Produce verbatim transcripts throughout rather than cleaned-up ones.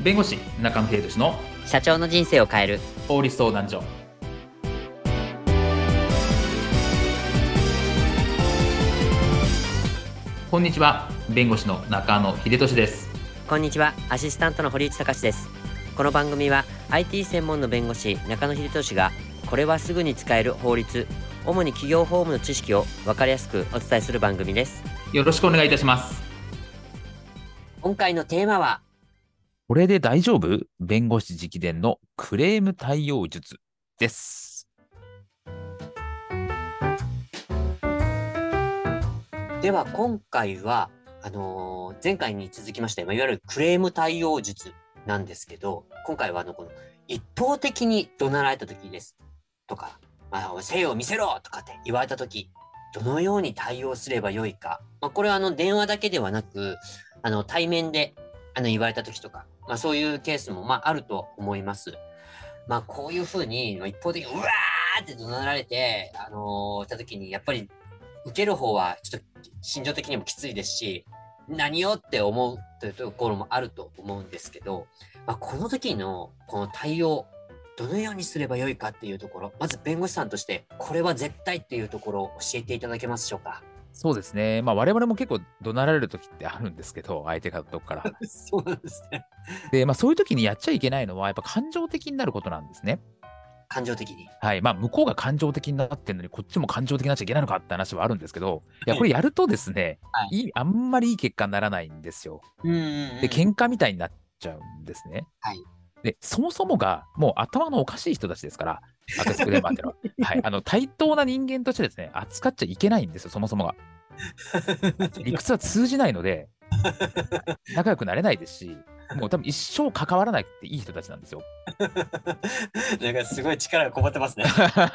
弁護士中野秀俊の社長の人生を変える法律相談所。こんにちは、弁護士の中野秀俊です。 こんにちは、アシスタントの堀内隆です。この番組は アイティー 専門の弁護士中野秀俊がこれはすぐに使える法律、主に企業法務の知識を分かりやすくお伝えする番組です。 よろしくお願いいたします。 今回のテーマは、 これで大丈夫？弁護士直伝のクレーム対応術です。 では今回はあのー、前回に続きまして、いわゆるクレーム対応術なんですけど、今回はあのこの一方的に怒鳴られた時ですとか、まあ、誠意を見せろとかって言われた時、どのように対応すればよいか、まあ、これはあの電話だけではなく、あの対面であの言われた時とか、まあ、そういうケースもまああると思います。まあ、こういうふうに一方的にうわーって怒鳴られて、あのー、た時にやっぱり受ける方はちょっと心情的にもきついですし、何をって思うというところもあると思うんですけど、まあ、この時のこの対応、どのようにすればよいかっていうところ、まず弁護士さんとしてこれは絶対っていうところを教えていただけますでしょうか。 そうですね。まあ我々も結構怒鳴られる時ってあるんですけど、相手がどっから。 そうなんですね。 で、まあそういう時にやっちゃいけないのは、やっぱ感情的になることなんですね。 感情的に。 はい。まあ向こうが感情的になってるのに、こっちも感情的になっちゃいけないのかって話はあるんですけど、いや、これやるとですね、 はい。 いいあんまりいい結果にならないんですよ。 うんうんうん。 で、喧嘩みたいになっちゃうんですね。 はい。 で、そもそもがもう頭のおかしい人たちですから、アクスクレーマーっていうのは。はい。あの、対等な人間としてですね、扱っちゃいけないんですよ、そもそもが。理屈は通じないので、仲良くなれないですし、もう多分一生関わらなくていい人たちなんですよ。 なんかすごい力がこもってますね。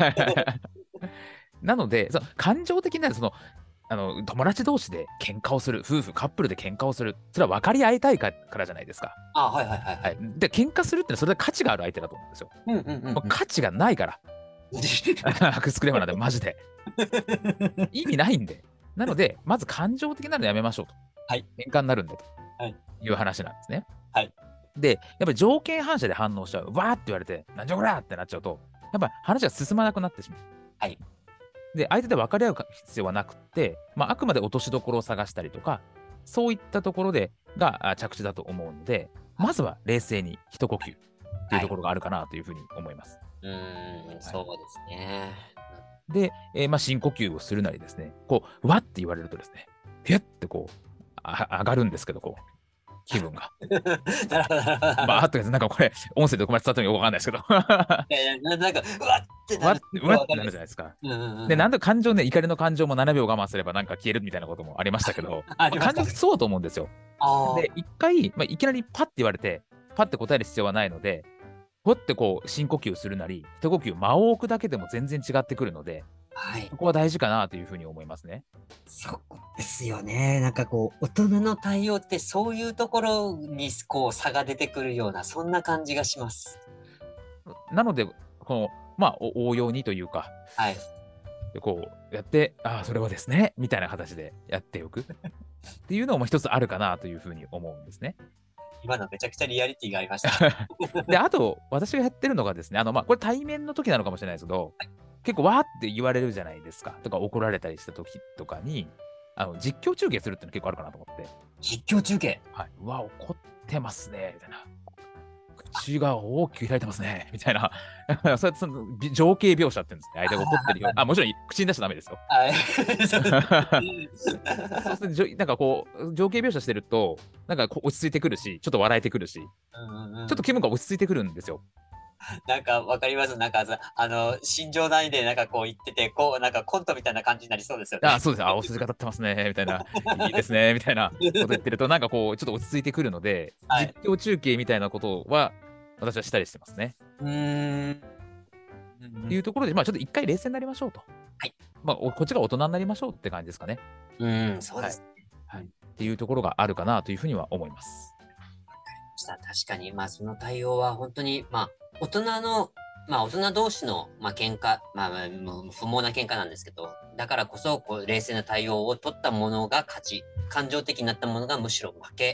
なので、その感情的なそのあの友達同士で喧嘩をする、夫婦、カップルで喧嘩をする、それは分かり合いたいかからじゃないですか。 あ、はいはいはいははい、 い。 で、喧嘩するってのはそれで価値がある相手だと思うんですよ。 うんうんうんうん。 もう価値がないから、アクスクレーマーなんで、マジで。意味ないんで。なので、まず感情的なのやめましょうと。 はい。 喧嘩になるんでとはい。 いう話なんですね。 はい。 で、やっぱり条件反射で反応しちゃう。わーって言われて、なんじゃこらーってなっちゃうと、やっぱり話が進まなくなってしまう。 はい。 で、相手で分かり合う必要はなくって、まあ、あくまで落としどころを探したりとか、そういったところでがあ着地だと思うので、まずは冷静に一呼吸っていうところがあるかなというふうに思います。 うーん、そうですね。 で、えーまあ、深呼吸をするなりですね、こう、わって言われるとですね、ピュッてこう、あ上がるんですけど、こう、気分が。 なるほど、なるほど。 バーっとなんかこれ、音声でどこまで伝わってるのかわかんないですけど。 いやいや、ななんか、うわってなる。 わって、うわってなわかります。 るじゃないですか。 うんうんうで、 ん。 なんだ感情ね、怒りの感情もななびょう我慢すればなんか消えるみたいなこともありましたけど、まあ、 ありました。 感情ってそうだと思うんですよ。 ああ、 で、一回、まあ、いきなりパッて言われて、パッて答える必要はないので、ふってこう深呼吸するなり、一呼吸間を置くだけでも全然違ってくるので、 はい。 そこは大事かなというふうに思いますね。 そこですよね。なんかこう、大人の対応ってそういうところにこう差が出てくるような、そんな感じがします。 なので、この、まあ、お応用にというか、 はい。 でこうやって、ああ、それはですね、みたいな形でやっておくっていうのも一つあるかなというふうに思うんですね。 今のめちゃくちゃリアリティがありました。 で、あと、私がやってるのがですね、あの、まあ、これ対面の時なのかもしれないですけど、結構わーって言われるじゃないですか。とか怒られたりした時とかに、あの、実況中継するっていうの結構あるかなと思って。 実況中継。 はい。うわ、怒ってますね、みたいな。口が大きく開いてますね、みたいな。そうやってそのび情景描写って言うんですね。相手が怒ってるよ。あ、もちろん口に出しちゃダメですよ。 はい。そうそうすると、じょなんかこう、情景描写してると、なんかこう落ち着いてくるし、ちょっと笑えてくるし、ちうんうんうん。 ょっと気分が落ち着いてくるんですよ。 なんかわかります。なんかさ、あの、心情内でなんかこう言ってて、こうなんかコントみたいな感じになりそうですよあ、 ね。 そうです。あ、お筋が立ってますね、みたいな。いいですね、みたいなこと言ってると、なんかこう、ちょっと落ち着いてくるので、 はい。 実況中継みたいなことは、私はしたりしてますね。 うーん。 っていうところで、まあ、ちょっと一回冷静になりましょうと。 はい。 まあ、おこっちが大人になりましょうって感じですかね。 うーん、そうはい。 ですはい。っていうところがあるかなというふうには思います。 した。確かに、まあ、その対応は本当に、まあ、大人の、まあ、大人同士の、まあ、喧嘩、まあ、まあもう不毛な喧嘩なんですけど、だからこそ、こう、冷静な対応を取ったものが勝ち、感情的になったものがむしろ負け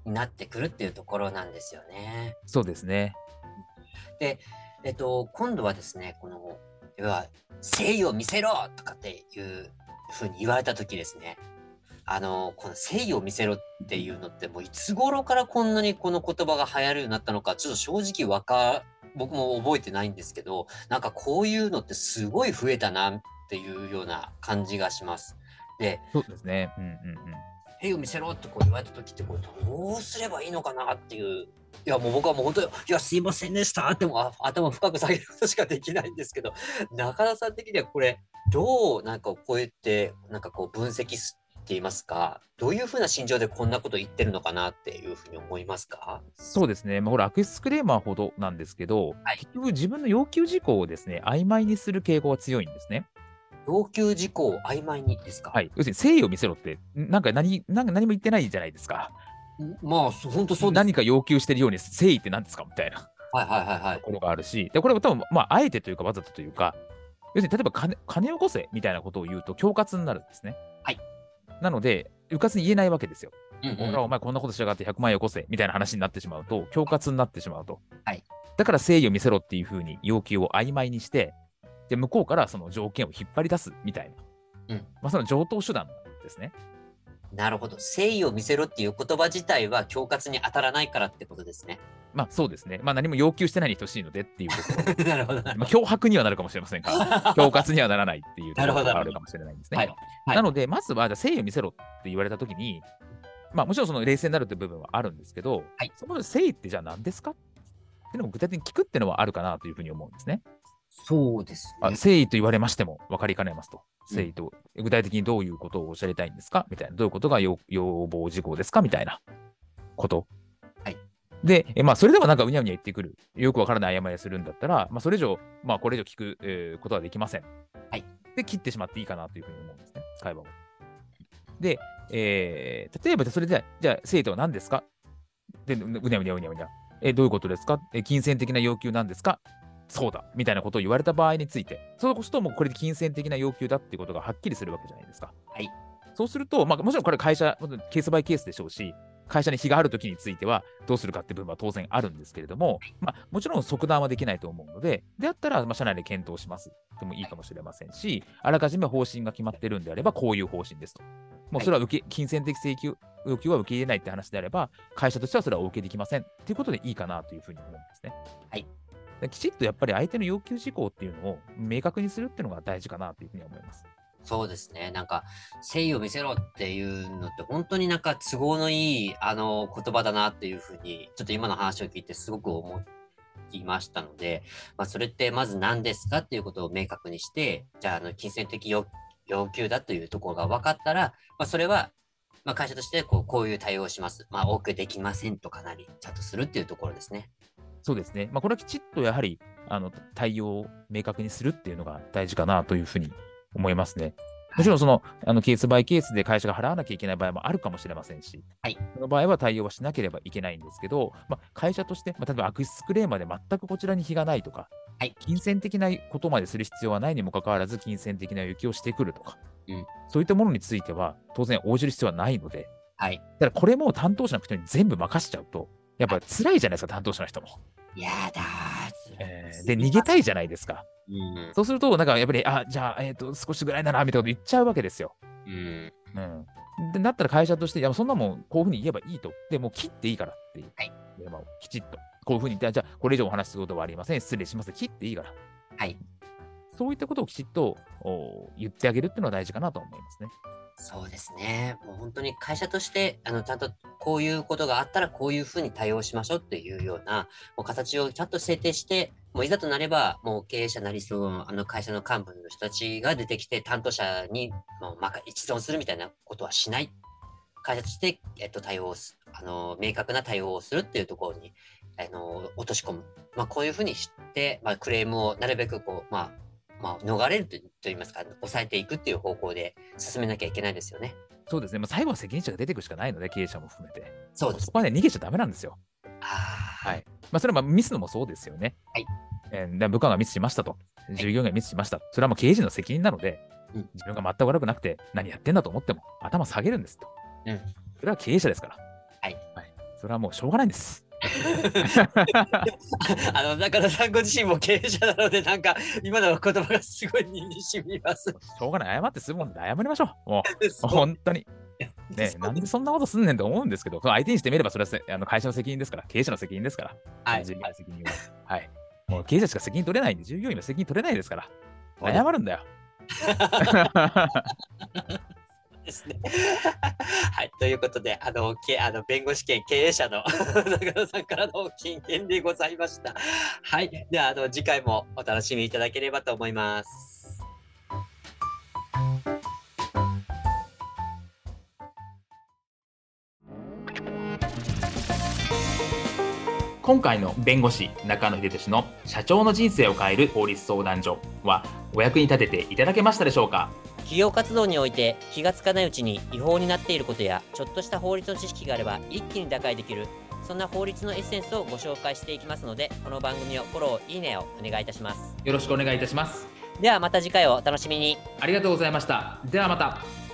になってくるっていうところなんですよね。 そうですね。 で、えっと、今度はですね、この、要は、誠意を見せろとかっていうふうに言われたときですね、あの、この誠意を見せろっていうのって、もういつ頃からこんなにこの言葉が流行るようになったのか、ちょっと正直わか僕も覚えてないんですけど、なんかこういうのってすごい増えたなっていうような感じがします。で、 そうですね。うんうんうん。 誠意を見せろってこう言われた時ってこうどうすればいいのかなっていう。いやもう僕はもう本当に、いやすいませんでしたってもうあ頭深く下げることしかできないんですけど、中田さん的にはこれどうなんかこうやってなんかこう分析すって言いますか、どういうふうな心情でこんなこと言ってるのかなっていうふうに思いますか？ そうですね。まあ、ほら、悪質クレーマーほどなんですけど、 はい。 結局自分の要求事項をですね、曖昧にする傾向が強いんですね。 要求事項を曖昧にですか？ はい。要するに誠意を見せろって、んなんか何なんか何も言ってないじゃないですか。 ん、まあ、そほんとそうです。 何か要求してるように、誠意って何ですかみたいなはいはいはいはい。 ところがあるし、で、これは多分、まあ、あえてというかわざとというか、要するに例えば金金をよこせみたいなことを言うと恐喝になるんですね。 はい。 なので、うかつに言えないわけですよ。 うんうん。 俺はお前こんなことしやがってひゃくまんえんよこせみたいな話になってしまうと、恐喝になってしまうと。 はい。 だから誠意を見せろっていう風に要求を曖昧にして、で、向こうからその条件を引っ張り出すみたいな、 うん。 まあ、その常套手段ですね。 なるほど。誠意を見せろっていう言葉自体は恐喝に当たらないからってことですね。 まあそうですね。まあ何も要求してないに等しいのでっていうところ。 なるほどなるまあ、 ほど。 脅迫にはなるかもしれませんが、恐喝にはならないっていうとなころるほどなるほど。 があるかもしれないんですね。 はい。はい。 なので、まずはじゃあ誠意を見せろって言われたときに、まあもちろんその冷静になるという部分はあるんですけど、 はい。 そもそも誠意ってじゃあ何ですかっていうのを具体的に聞くっていうのはあるかなというふうに思うんですね。 そうですあね。 誠意と言われましても分かりかねますと。 うん。 誠意と具体的にどういうことをおっしゃりたいんですかみたいな。どういうことが要要望事項ですかみたいなことはい。 で、えまあ、それではなんかうにゃうにゃ言ってくる、よくわからない誤りをするんだったら、まあ、それ以上、まあ、これ以上聞く、えーことはできません。 はい。 で、切ってしまっていいかなというふうに思うんですね、会話を。で、えー例えば、それで、じゃあ、生徒は何ですかで、うにゃうにゃうにゃうにゃ。え、どういうことですかえ、金銭的な要求なんですかそうだ、みたいなことを言われた場合について、そうするともうこれで金銭的な要求だっていうことがはっきりするわけじゃないですか。 はい。 そうすると、まあ、もちろんこれ会社、ケースバイケースでしょうし、会社に非があるときについてはどうするかっていう部分は当然あるんですけれども、まあ、もちろん即断はできないと思うので、であったら、まあ、社内で検討しますでもいいかもしれませんし、あらかじめ方針が決まってるんであれば、こういう方針ですと。もうはい。 それは受け金銭的請求要求は受け入れないって話であれば、会社としてはそれはお受けできませんっていうことでいいかなというふうに思うんですね。 はい。 できちっとやっぱり相手の要求事項っていうのを明確にするっていうのが大事かなというふうに思います。 そうですね。なんか、誠意を見せろっていうのって本当になんか都合のいい、あの、言葉だなっていうふうに、ちょっと今の話を聞いてすごく思いましたので、まあ、それってまず何ですかっていうことを明確にして、じゃあ、あの、金銭的要要求だというところが分かったら、まあ、それは、まあ、会社としてこうこういう対応をします。まあ、多くできませんとかなり、ちゃんとするっていうところですね。 そうですね。まあ、これはきちっとやはり、あの、対応を明確にするっていうのが大事かなというふうに思いますね。もはい。 ちろんその、あの、ケースバイケースで会社が払わなきゃいけない場合もあるかもしれませんし、 はい。 その場合は対応はしなければいけないんですけど、まあ、会社として、まあ、例えば悪質クレーマーで全くこちらに非がないとか、 はい。 金銭的なことまでする必要はないにもかかわらず、金銭的な要求をしてくるとか、 うん。 そういったものについては、当然応じる必要はないので、 はい。 ただこれも担当者の人に全部任しちゃうと、やっはい。 ぱ辛いじゃないですか、担当者の人も。 やだー、辛いえーで、 すぎます。 逃げたいじゃないですか。 うん。 そうすると、なんかやっぱり、あ、じゃあ、えっと、少しぐらいなら、みたいなこと言っちゃうわけですよ。 うん。 うん。で、だったら会社として、いや、そんなもん、こういうふうに言えばいいと。で、もう切っていいからっていう。 はい。 電話をきちっと。こういうふうに言って、じゃあ、これ以上お話しすることはありません。失礼します。切っていいから。 はい。 そういったことをきちっとお言ってあげるっていうのは大事かなと思いますね。 そうですね。もう本当に会社として、あの、ちゃんとこういうことがあったら、こういうふうに対応しましょうっていうような、もう形をちゃんと制定して、もういざとなれば、もう経営者なり、その、あの会社の幹部の人たちが出てきて、担当者に、もう、まか一存するみたいなことはしない。会社として、えっと、対応をすあの、明確な対応をするっていうところに、あの、落とし込む。まあ、こういうふうにして、まあ、クレームをなるべくこう、まあ、まあ、逃れるとと言いますか、抑えていくっていう方向で進めなきゃいけないですよね。 そうですね。まあ、最後は責任者が出てくしかないので、経営者も含めて。 そうですね。 そこはね、逃げちゃダメなんですよ。はあい。まあ、それはまあミスのもそうですよね。 あ、はい。 えー、で部下がミスしましたと。 はい。 従業員がミスしました。それはもう経営陣の責任なので、 うん、 自分が全く悪くなくて、何やってんだと思っても頭下げるんですと。 うん。 それは経営者ですから。 はい。 はい。 それはもうしょうがないんです。 あの中田さんご自身も経営者なので、なんか今の言葉がすごい身に染みます。 しょうがない。謝って済むもんで謝りましょう。もう、 そう本当に。ね、 そうなんでそんなことすんねんと思うんですけど、相手にしてみればそれはせあの会社の責任ですから、経営者の責任ですから、 はい従業員の責任は。はい。もう経営者しか責任取れないんで、従業員は責任取れないですから、 そうです謝るんだよ。 ですね。はい、ということで、あの、けあの弁護士兼経営者の中野さんからの金言でございました。はい、ではあの次回もお楽しみいただければと思います。 今回の弁護士中野秀俊の社長の人生を変える法律相談所はお役に立てていただけましたでしょうか。 企業活動において気がつかないうちに違法になっていることやちょっとした法律の知識があれば一気に打開できる、そんな法律のエッセンスをご紹介していきますので、この番組をフォロー、いいねをお願いいたします。 よろしくお願いいたします。 ではまた次回をお楽しみに。 ありがとうございました。ではまた。